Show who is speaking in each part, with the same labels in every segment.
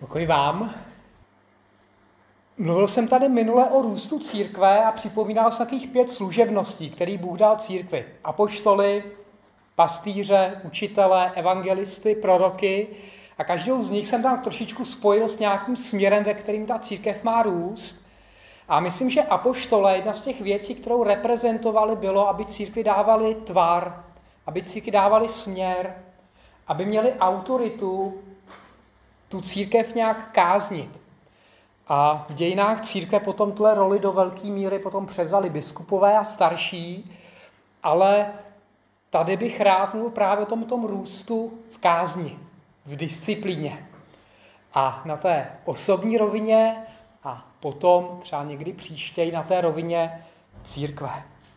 Speaker 1: Pokoj vám. Mluvil jsem tady minule o růstu církve a připomínal jsem takových 5 služebností, který Bůh dal církvi. Apoštoly, pastýře, učitele, evangelisty, proroky a každou z nich jsem tam trošičku spojil s nějakým směrem, ve kterým ta církev má růst. A myslím, že apoštole, jedna z těch věcí, kterou reprezentovali, bylo, aby církvi dávali tvar, aby církvi dávali směr, aby měli autoritu tu církev nějak káznit. A v dějinách církve potom tuhle roli do velké míry potom převzali biskupové a starší, ale tady bych rád mluvil právě o tom růstu v kázni, v disciplíně. A na té osobní rovině a potom třeba někdy příště i na té rovině církve.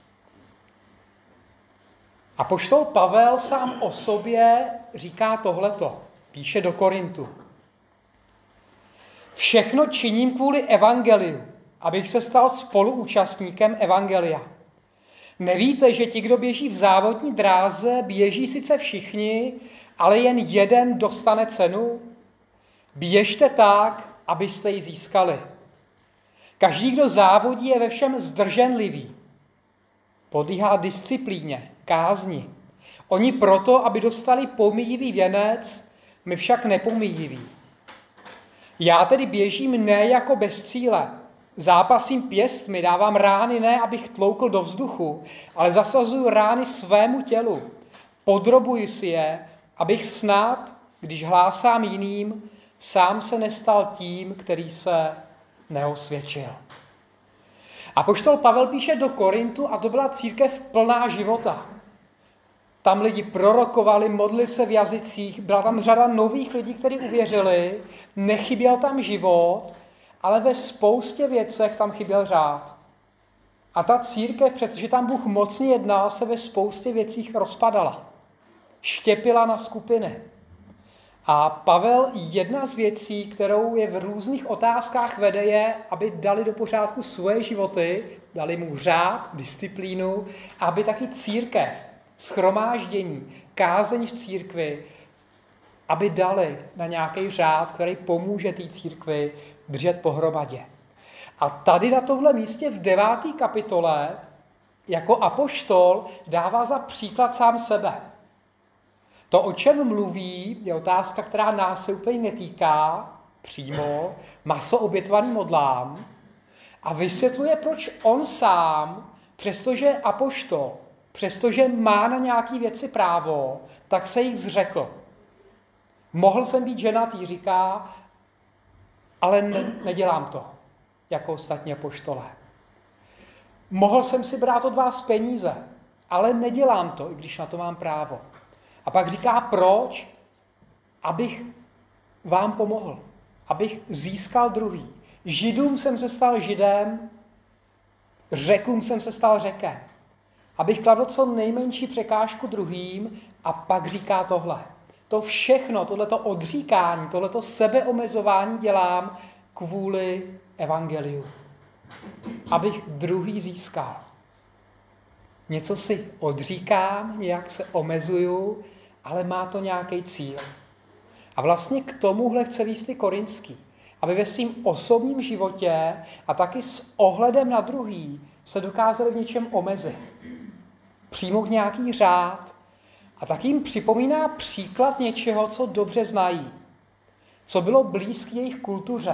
Speaker 1: Apoštol Pavel sám o sobě říká tohleto, píše do Korintu. Všechno činím kvůli evangeliu, abych se stal spoluúčastníkem evangelia. Nevíte, že ti, kdo běží v závodní dráze, běží sice všichni, ale jen jeden dostane cenu? Běžte tak, abyste ji získali. Každý, kdo závodí, je ve všem zdrženlivý. Podlíhá disciplíně, kázni. Oni proto, aby dostali pomíjivý věnec, my však nepomíjivý. Já tedy běžím ne jako bez cíle. Zápasím pěstmi, dávám rány ne, abych tloukl do vzduchu, ale zasazuju rány svému tělu. Podrobuji si je, abych snad, když hlásám jiným, sám se nestal tím, který se neosvědčil. Apoštol Pavel píše do Korintu a to byla církev plná života. Tam lidi prorokovali, modlili se v jazycích, byla tam řada nových lidí, kteří uvěřili, nechyběl tam život, ale ve spoustě věcech tam chyběl řád. A ta církev, přestože tam Bůh mocně jednal, se ve spoustě věcích rozpadala. Štěpila na skupiny. A Pavel jedna z věcí, kterou je v různých otázkách vede, je, aby dali do pořádku svoje životy, dali mu řád, disciplínu, aby taky církev, shromáždění, kázeň v církvi, aby dali na nějaký řád, který pomůže té církvi držet pohromadě. A tady na tomhle místě v 9. kapitole jako apoštol dává za příklad sám sebe. To, o čem mluví, je otázka, která nás se úplně netýká přímo, maso obětovaný modlám a vysvětluje, proč on sám, přestože je apoštol, přestože má na nějaké věci právo, tak se jich zřekl. Mohl jsem být ženatý, říká, ale nedělám to, jako ostatní apoštolé. Mohl jsem si brát od vás peníze, ale nedělám to, i když na to mám právo. A pak říká, proč? Abych vám pomohl, abych získal druhý. Židům jsem se stal Židem, Řekům jsem se stal Řekem. Abych kladl co nejmenší překážku druhým a pak říká tohle. To všechno, tohleto odříkání, tohleto sebeomezování dělám kvůli evangeliu. Abych druhý získal. Něco si odříkám, nějak se omezuju, ale má to nějaký cíl. A vlastně k tomuhle chce vést i Korinský. Aby ve svém osobním životě a taky s ohledem na druhý se dokázali v něčem omezit. Přijmout nějaký řád a taky jim připomíná příklad něčeho, co dobře znají. Co bylo blízké jejich kultuře.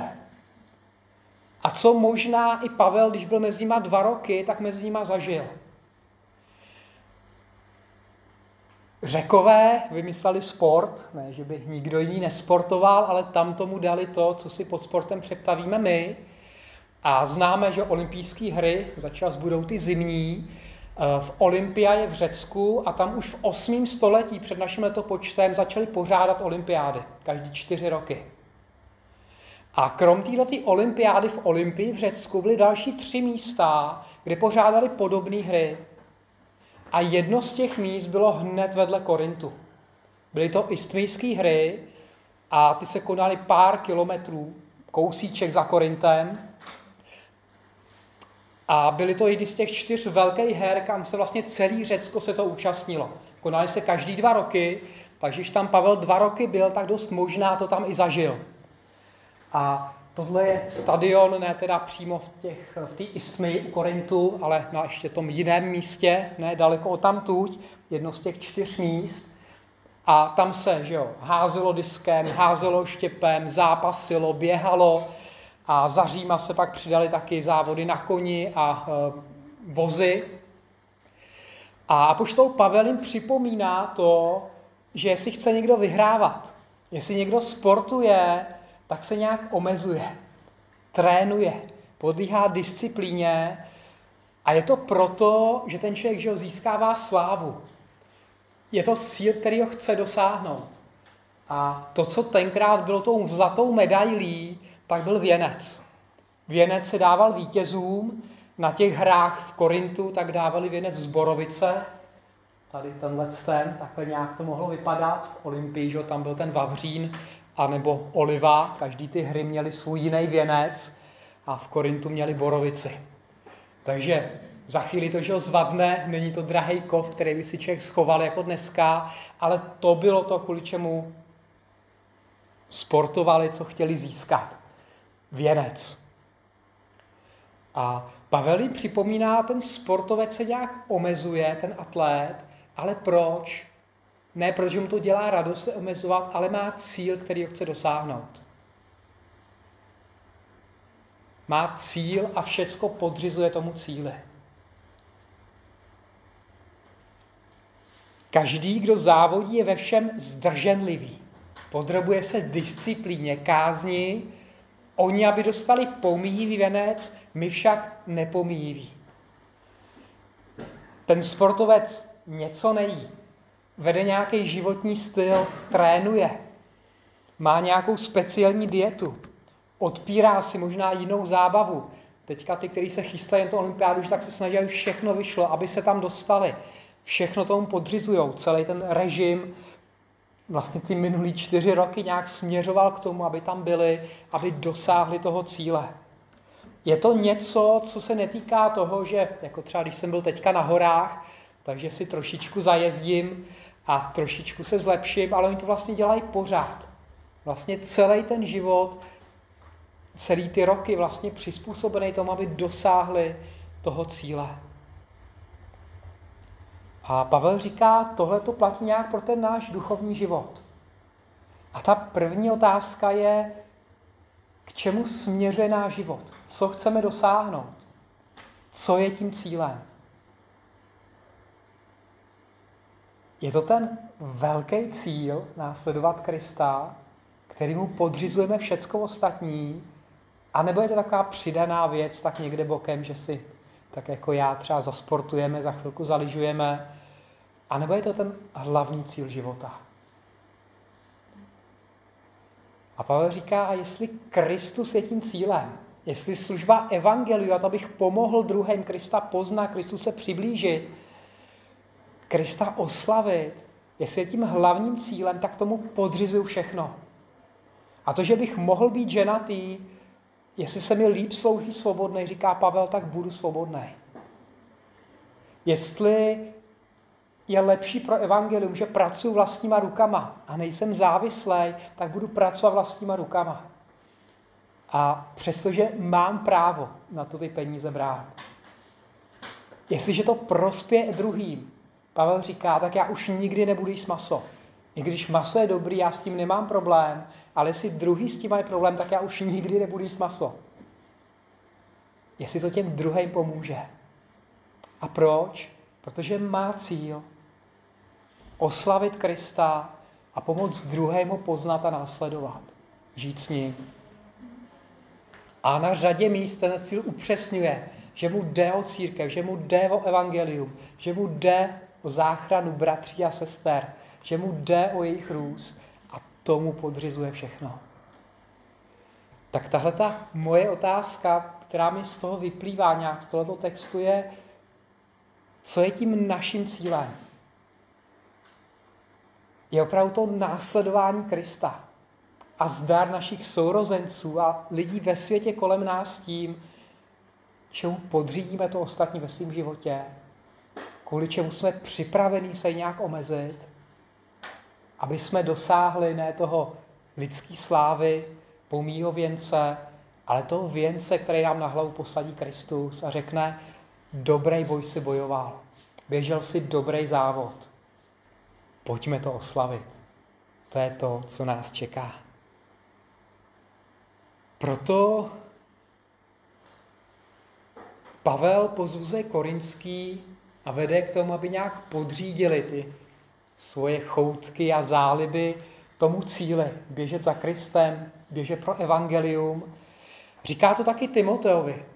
Speaker 1: A co možná i Pavel, když byl mezi nima 2 roky, tak mezi nima zažil. Řekové vymysleli sport, ne, že by nikdo jiný nesportoval, ale tam tomu dali to, co si pod sportem představíme my. A známe, že olympijské hry, začas budou ty zimní, v Olympia je v Řecku a tam už v 8. století před naším letopočtem začali pořádat olympiády, každý 4 roky. A krom této olympiády v Olympii v Řecku byly další 3 místa, kde pořádali podobné hry. A jedno z těch míst bylo hned vedle Korintu. Byly to Isthmijské hry a ty se konaly pár kilometrů, kousíček za Korintem. A byly to jedny z těch 4 velkých her, kam se vlastně celý Řecko se to účastnilo. Konaly se každý 2 roky, takže když tam Pavel 2 roky byl, tak dost možná to tam i zažil. A tohle je stadion, ne teda přímo v té Isthmii u Korintu, ale na ještě tom jiném místě, ne daleko odtamtud, jedno z těch 4 míst. A tam se, že jo, házelo diskem, házelo štěpem, zápasilo, běhalo a za Říma se pak přidali taky závody na koni a vozy. A apoštol Pavel jim připomíná to, že jestli chce někdo vyhrávat, jestli někdo sportuje, tak se nějak omezuje, trénuje, podlíhá disciplíně a je to proto, že ten člověk, že ho získává slávu. Je to cíl, který ho chce dosáhnout. A to, co tenkrát bylo tou zlatou medailí, tak byl věnec. Věnec se dával vítězům, na těch hrách v Korintu tak dávali věnec z borovice. Tady tenhle takhle nějak to mohlo vypadat. V Olympii, že tam byl ten vavřín, anebo oliva. Každý ty hry měly svůj jiný věnec a v Korintu měli borovici. Takže za chvíli to, že ho zvadne, není to drahý kov, který by si člověk schoval jako dneska, ale to bylo to, kvůli čemu sportovali, co chtěli získat. Věnec. A Pavel jim připomíná, ten sportovec se nějak omezuje, ten atlét, ale proč? Ne, protože mu to dělá radost se omezovat, ale má cíl, který ho chce dosáhnout. Má cíl a všecko podřizuje tomu cíli. Každý, kdo závodí, je ve všem zdrženlivý. Podrobuje se disciplíně, kázni. Oni, aby dostali pomíjivý věnec, my však nepomíjivý. Ten sportovec něco nejí. Vede nějaký životní styl, trénuje. Má nějakou speciální dietu. Odpírá si možná jinou zábavu. Teďka ty, kteří se chystají jen to olympiádu, tak se snaží, aby všechno vyšlo, aby se tam dostali. Všechno tomu podřizujou. Celý ten režim, vlastně ty minulý 4 roky nějak směřoval k tomu, aby tam byli, aby dosáhli toho cíle. Je to něco, co se netýká toho, že jako třeba když jsem byl teďka na horách, takže si trošičku zajezdím a trošičku se zlepším, ale oni to vlastně dělají pořád. Vlastně celý ten život, celý ty roky vlastně přizpůsobený tomu, aby dosáhli toho cíle. A Pavel říká, tohle to platí nějak pro ten náš duchovní život. A ta první otázka je, k čemu směřuje náš život? Co chceme dosáhnout? Co je tím cílem? Je to ten velký cíl následovat Krista, kterému podřizujeme všecko ostatní, anebo je to taková přidaná věc, tak někde bokem, že si tak jako já třeba zasportujeme, za chvilku zalyžujeme, anebo je to ten hlavní cíl života. A Pavel říká, a jestli Kristus je tím cílem, jestli služba evangeliu, a to abych pomohl druhým Krista poznat, Kristu se přiblížit, Krista oslavit, jestli je tím hlavním cílem, tak tomu podřizuju všechno. A to, že bych mohl být ženatý, jestli se mi líp slouží svobodnej, říká Pavel, tak budu svobodnej. Jestli je lepší pro evangelium, že pracuji vlastníma rukama a nejsem závislej, tak budu pracovat vlastníma rukama. A přestože mám právo na to ty peníze brát. Jestliže to prospěje druhým, Pavel říká, tak já už nikdy nebudu jíst maso. I když maso je dobrý, já s tím nemám problém, ale jestli druhý s tím mají problém, tak já už nikdy nebudu jíst maso. Jestli to těm druhým pomůže. A proč? Protože má cíl oslavit Krista a pomoct druhým ho poznat a následovat. Žít s ním. A na řadě míst ten cíl upřesňuje, že mu jde o církev, že mu jde o evangelium, že mu jde o záchranu bratří a sester, že mu jde o jejich růst a tomu podřizuje všechno. Tak tahle ta moje otázka, která mi z toho vyplývá nějak z tohoto textu, je, co je tím naším cílem? Je opravdu to následování Krista a zdar našich sourozenců a lidí ve světě kolem nás tím, čemu podřídíme to ostatní ve svém životě, kvůli čemu jsme připraveni se nějak omezit, aby jsme dosáhli ne toho lidské slávy, pomíjí věnce, ale toho věnce, který nám na hlavu posadí Kristus a řekne, dobrý boj si bojoval, běžel si dobrý závod, pojďme to oslavit. To je to, co nás čeká. Proto Pavel pozbuzuje Korinský a vede k tomu, aby nějak podřídili ty svoje choutky a záliby tomu cíli. Běžet za Kristem, běžet pro evangelium. Říká to taky Timoteovi.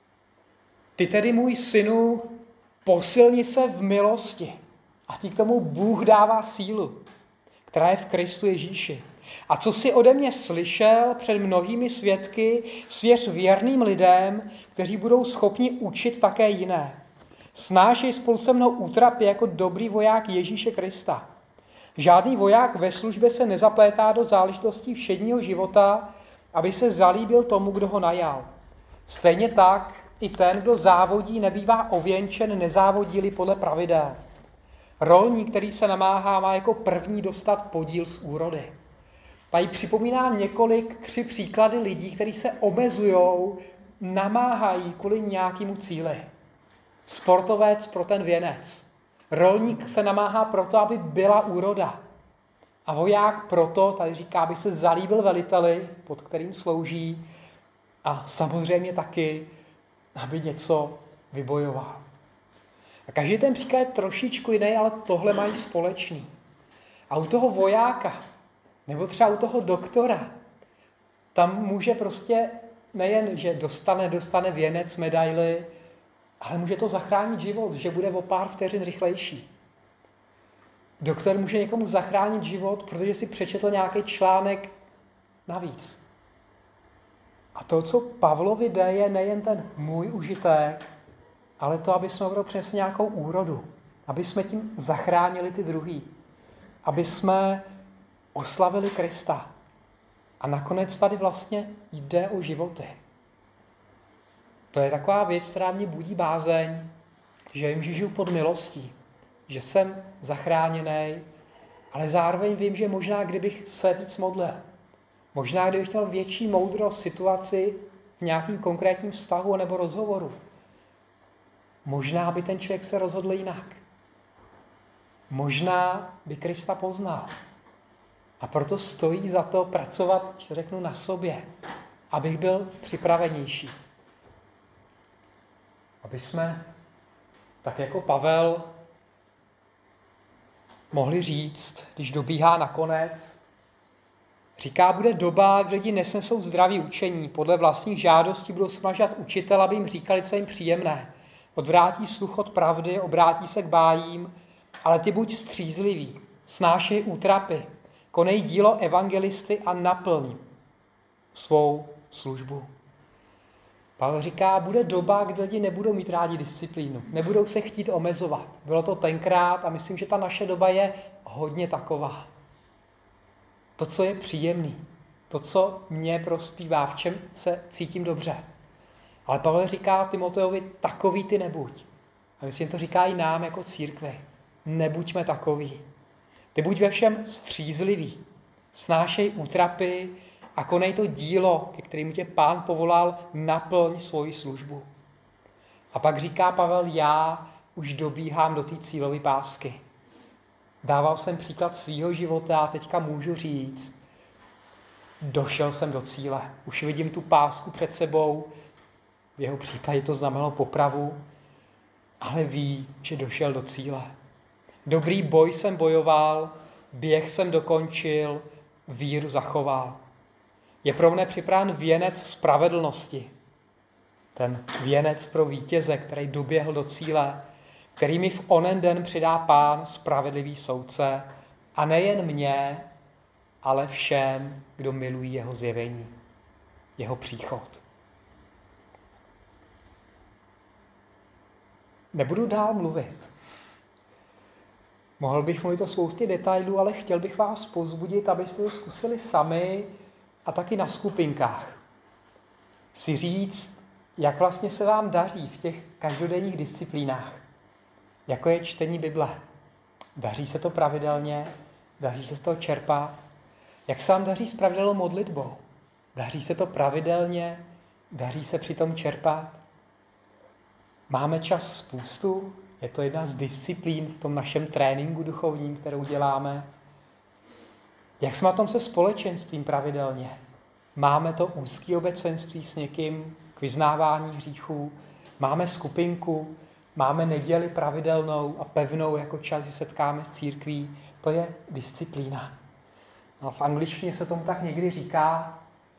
Speaker 1: Ty tedy, můj synu, posilni se v milosti. A ti k tomu Bůh dává sílu, která je v Kristu Ježíši. A co jsi ode mě slyšel před mnohými svědky, svěř věrným lidem, kteří budou schopni učit také jiné. Snášej spolu se mnou útrapy jako dobrý voják Ježíše Krista. Žádný voják ve službě se nezaplétá do záležitostí všedního života, aby se zalíbil tomu, kdo ho najal. Stejně tak i ten, kdo závodí, nebývá ověnčen, nezávodí-li podle pravidel. Rolník, který se namáhá, má jako první dostat podíl z úrody. Tady připomíná tři příklady lidí, kteří se omezujou, namáhají kvůli nějakému cíli. Sportovec pro ten věnec. Rolník se namáhá proto, aby byla úroda. A voják proto, tady říká, aby se zalíbil veliteli, pod kterým slouží, a samozřejmě taky, aby něco vybojoval. A každý ten příklad je trošičku jiný, ale tohle mají společný. A u toho vojáka, nebo třeba u toho doktora, tam může prostě nejen, že dostane věnec, medaili, ale může to zachránit život, že bude o pár vteřin rychlejší. Doktor může někomu zachránit život, protože si přečetl nějaký článek navíc. A to, co Pavlovi jde, je nejen ten můj užitek, ale to, aby jsme opravdu přinesli nějakou úrodu. Aby jsme tím zachránili ty druhý. Aby jsme oslavili Krista. A nakonec tady vlastně jde o životy. To je taková věc, která mě budí bázeň, že vím, že žiju pod milostí, že jsem zachráněný, ale zároveň vím, že možná kdybych se víc modlil, možná kdybych měl větší moudrost situaci v nějakým konkrétním vztahu nebo rozhovoru, možná by ten člověk se rozhodl jinak. Možná by Krista poznal. A proto stojí za to pracovat, že řeknu, na sobě, abych byl připravenější. Aby jsme, tak jako Pavel, mohli říct, když dobíhá na konec, říká, bude doba, kdy lidi nesnesou zdraví učení, podle vlastních žádostí budou smažat učitel, aby jim říkali, co jim příjemné. Odvrátí sluch od pravdy, obrátí se k bájím, ale ty buď střízlivý, snášej útrapy, konej dílo evangelisty a naplň svou službu. Pavel říká, bude doba, kdy lidi nebudou mít rádi disciplínu, nebudou se chtít omezovat. Bylo to tenkrát a myslím, že ta naše doba je hodně taková. To, co je příjemný, to, co mě prospívá, v čem se cítím dobře. Ale Pavel říká Timoteovi, takový ty nebuď. A myslím, to říká i nám jako církvi. Nebuďme takový. Ty buď ve všem střízlivý, snášej útrapy a konej to dílo, ke kterému tě Pán povolal, naplň svoji službu. A pak říká Pavel, já už dobíhám do té cílové pásky. Dával jsem příklad svýho života a teďka můžu říct, došel jsem do cíle. Už vidím tu pásku před sebou, v jeho případě to znamenalo popravu, ale ví, že došel do cíle. Dobrý boj jsem bojoval, běh jsem dokončil, víru zachoval. Je pro mne připraven věnec spravedlnosti. Ten věnec pro vítěze, který doběhl do cíle, který mi v onen den přidá Pán, spravedlivý soudce, a nejen mě, ale všem, kdo milují jeho zjevení, jeho příchod. Nebudu dál mluvit. Mohl bych mluvit o spoustě detailů, ale chtěl bych vás povzbudit, abyste to zkusili sami a taky na skupinkách. Si říct, jak vlastně se vám daří v těch každodenních disciplínách. Jako je čtení Bible. Daří se to pravidelně, daří se z toho čerpat. Jak se vám daří s pravidelnou modlitbou? Daří se to pravidelně? Daří se přitom čerpat? Máme čas spoustu? Je to jedna z disciplín v tom našem tréninku duchovním, kterou děláme? Jak jsme na tom se společenstvím pravidelně? Máme to úzké obecenství s někým k vyznávání hříchů? Máme skupinku? Máme neděli pravidelnou a pevnou jako čas, že setkáme s církví? To je disciplína. No, v angličtině se tomu tak někdy říká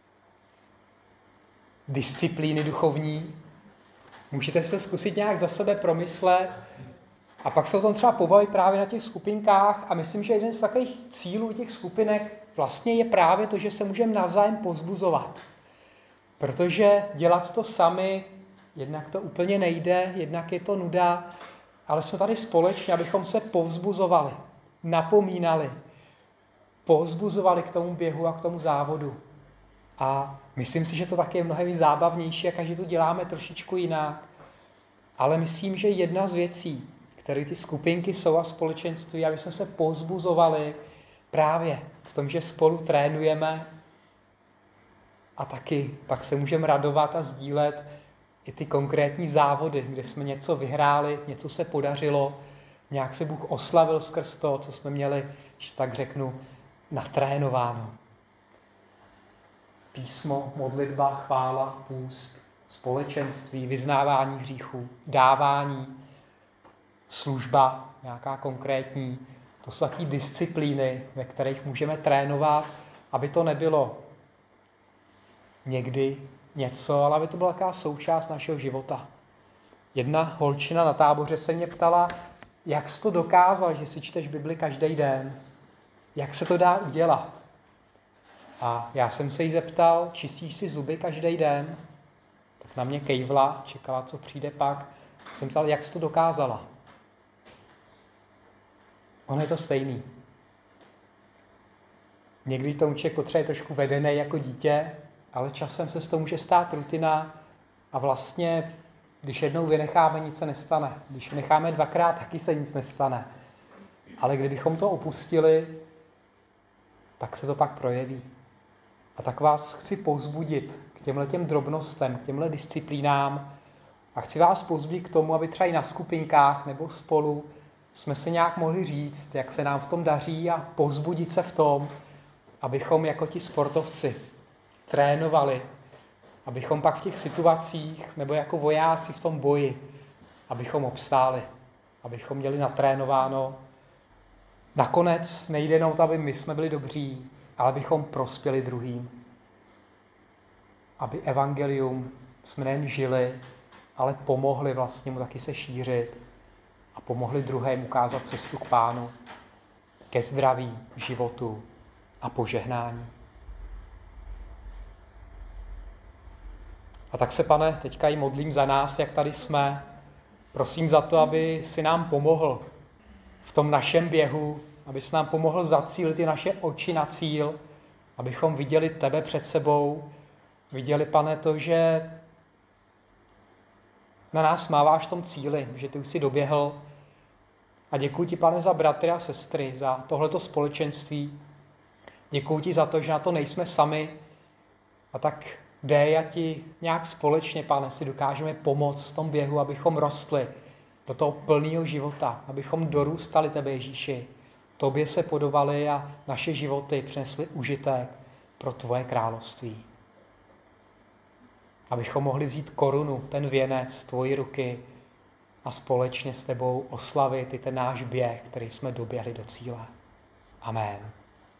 Speaker 1: disciplíny duchovní. Můžete se zkusit nějak za sebe promyslet a pak se o tom třeba pobavit právě na těch skupinkách a myslím, že jeden z takových cílů těch skupinek vlastně je právě to, že se můžeme navzájem povzbuzovat. Protože dělat to sami, jednak to úplně nejde, jednak je to nuda, ale jsme tady společně, abychom se povzbuzovali, napomínali, povzbuzovali k tomu běhu a k tomu závodu. A myslím si, že to taky je mnohem zábavnější a každý to děláme trošičku jinak. Ale myslím, že jedna z věcí, které ty skupinky jsou a společenství, aby jsme se povzbuzovali právě v tom, že spolu trénujeme a taky pak se můžeme radovat a sdílet i ty konkrétní závody, kde jsme něco vyhráli, něco se podařilo, nějak se Bůh oslavil skrz to, co jsme měli, že tak řeknu, natrénováno. Písmo, modlitba, chvála, půst, společenství, vyznávání hříchů, dávání, služba, nějaká konkrétní. To jsou takové disciplíny, ve kterých můžeme trénovat, aby to nebylo někdy něco, ale aby to byla taková součást našeho života. Jedna holčina na táboře se mě ptala, jak jsi to dokázal, že si čteš Bibli každý den? Jak se to dá udělat? A já jsem se jí zeptal, čistíš si zuby každý den? Tak na mě kejvla, čekala, co přijde pak. Jsem ptal, jak jsi to dokázala? Ono je to stejný. Někdy tomu člověk potřebuje trošku vedený jako dítě, ale časem se z toho může stát rutina a vlastně, když jednou vynecháme, nic se nestane. Když vynecháme dvakrát, taky se nic nestane. Ale kdybychom to opustili, tak se to pak projeví. A tak vás chci povzbudit k těmhletěm drobnostem, k těmhle disciplínám a chci vás povzbudit k tomu, aby třeba i na skupinkách nebo spolu jsme se nějak mohli říct, jak se nám v tom daří a povzbudit se v tom, abychom jako ti sportovci trénovali, abychom pak v těch situacích nebo jako vojáci v tom boji, abychom obstáli, abychom měli natrénováno. Nakonec nejde jenom to, aby my jsme byli dobří, ale abychom prospěli druhým. Aby evangelium jsme nejen žili, ale pomohli vlastně mu taky se šířit a pomohli druhým ukázat cestu k Pánu, ke zdraví, životu a požehnání. A tak se, Pane, teďka i modlím za nás, jak tady jsme. Prosím za to, aby si nám pomohl v tom našem běhu, aby si nám pomohl zacílit ty naše oči na cíl, abychom viděli tebe před sebou, viděli, Pane, to, že na nás máváš v tom cíli, že ty už jsi doběhl. A děkuji ti, Pane, za bratry a sestry, za tohleto společenství. Děkuji ti za to, že na to nejsme sami. A tak dej a ti nějak společně, Pane, si dokážeme pomoct v tom běhu, abychom rostli do toho plného života, abychom dorůstali tebe, Ježíši. Tobě se podobali a naše životy přinesly užitek pro tvoje království. Abychom mohli vzít korunu, ten věnec z tvojí ruky a společně s tebou oslavit i ten náš běh, který jsme doběhli do cíle. Amen.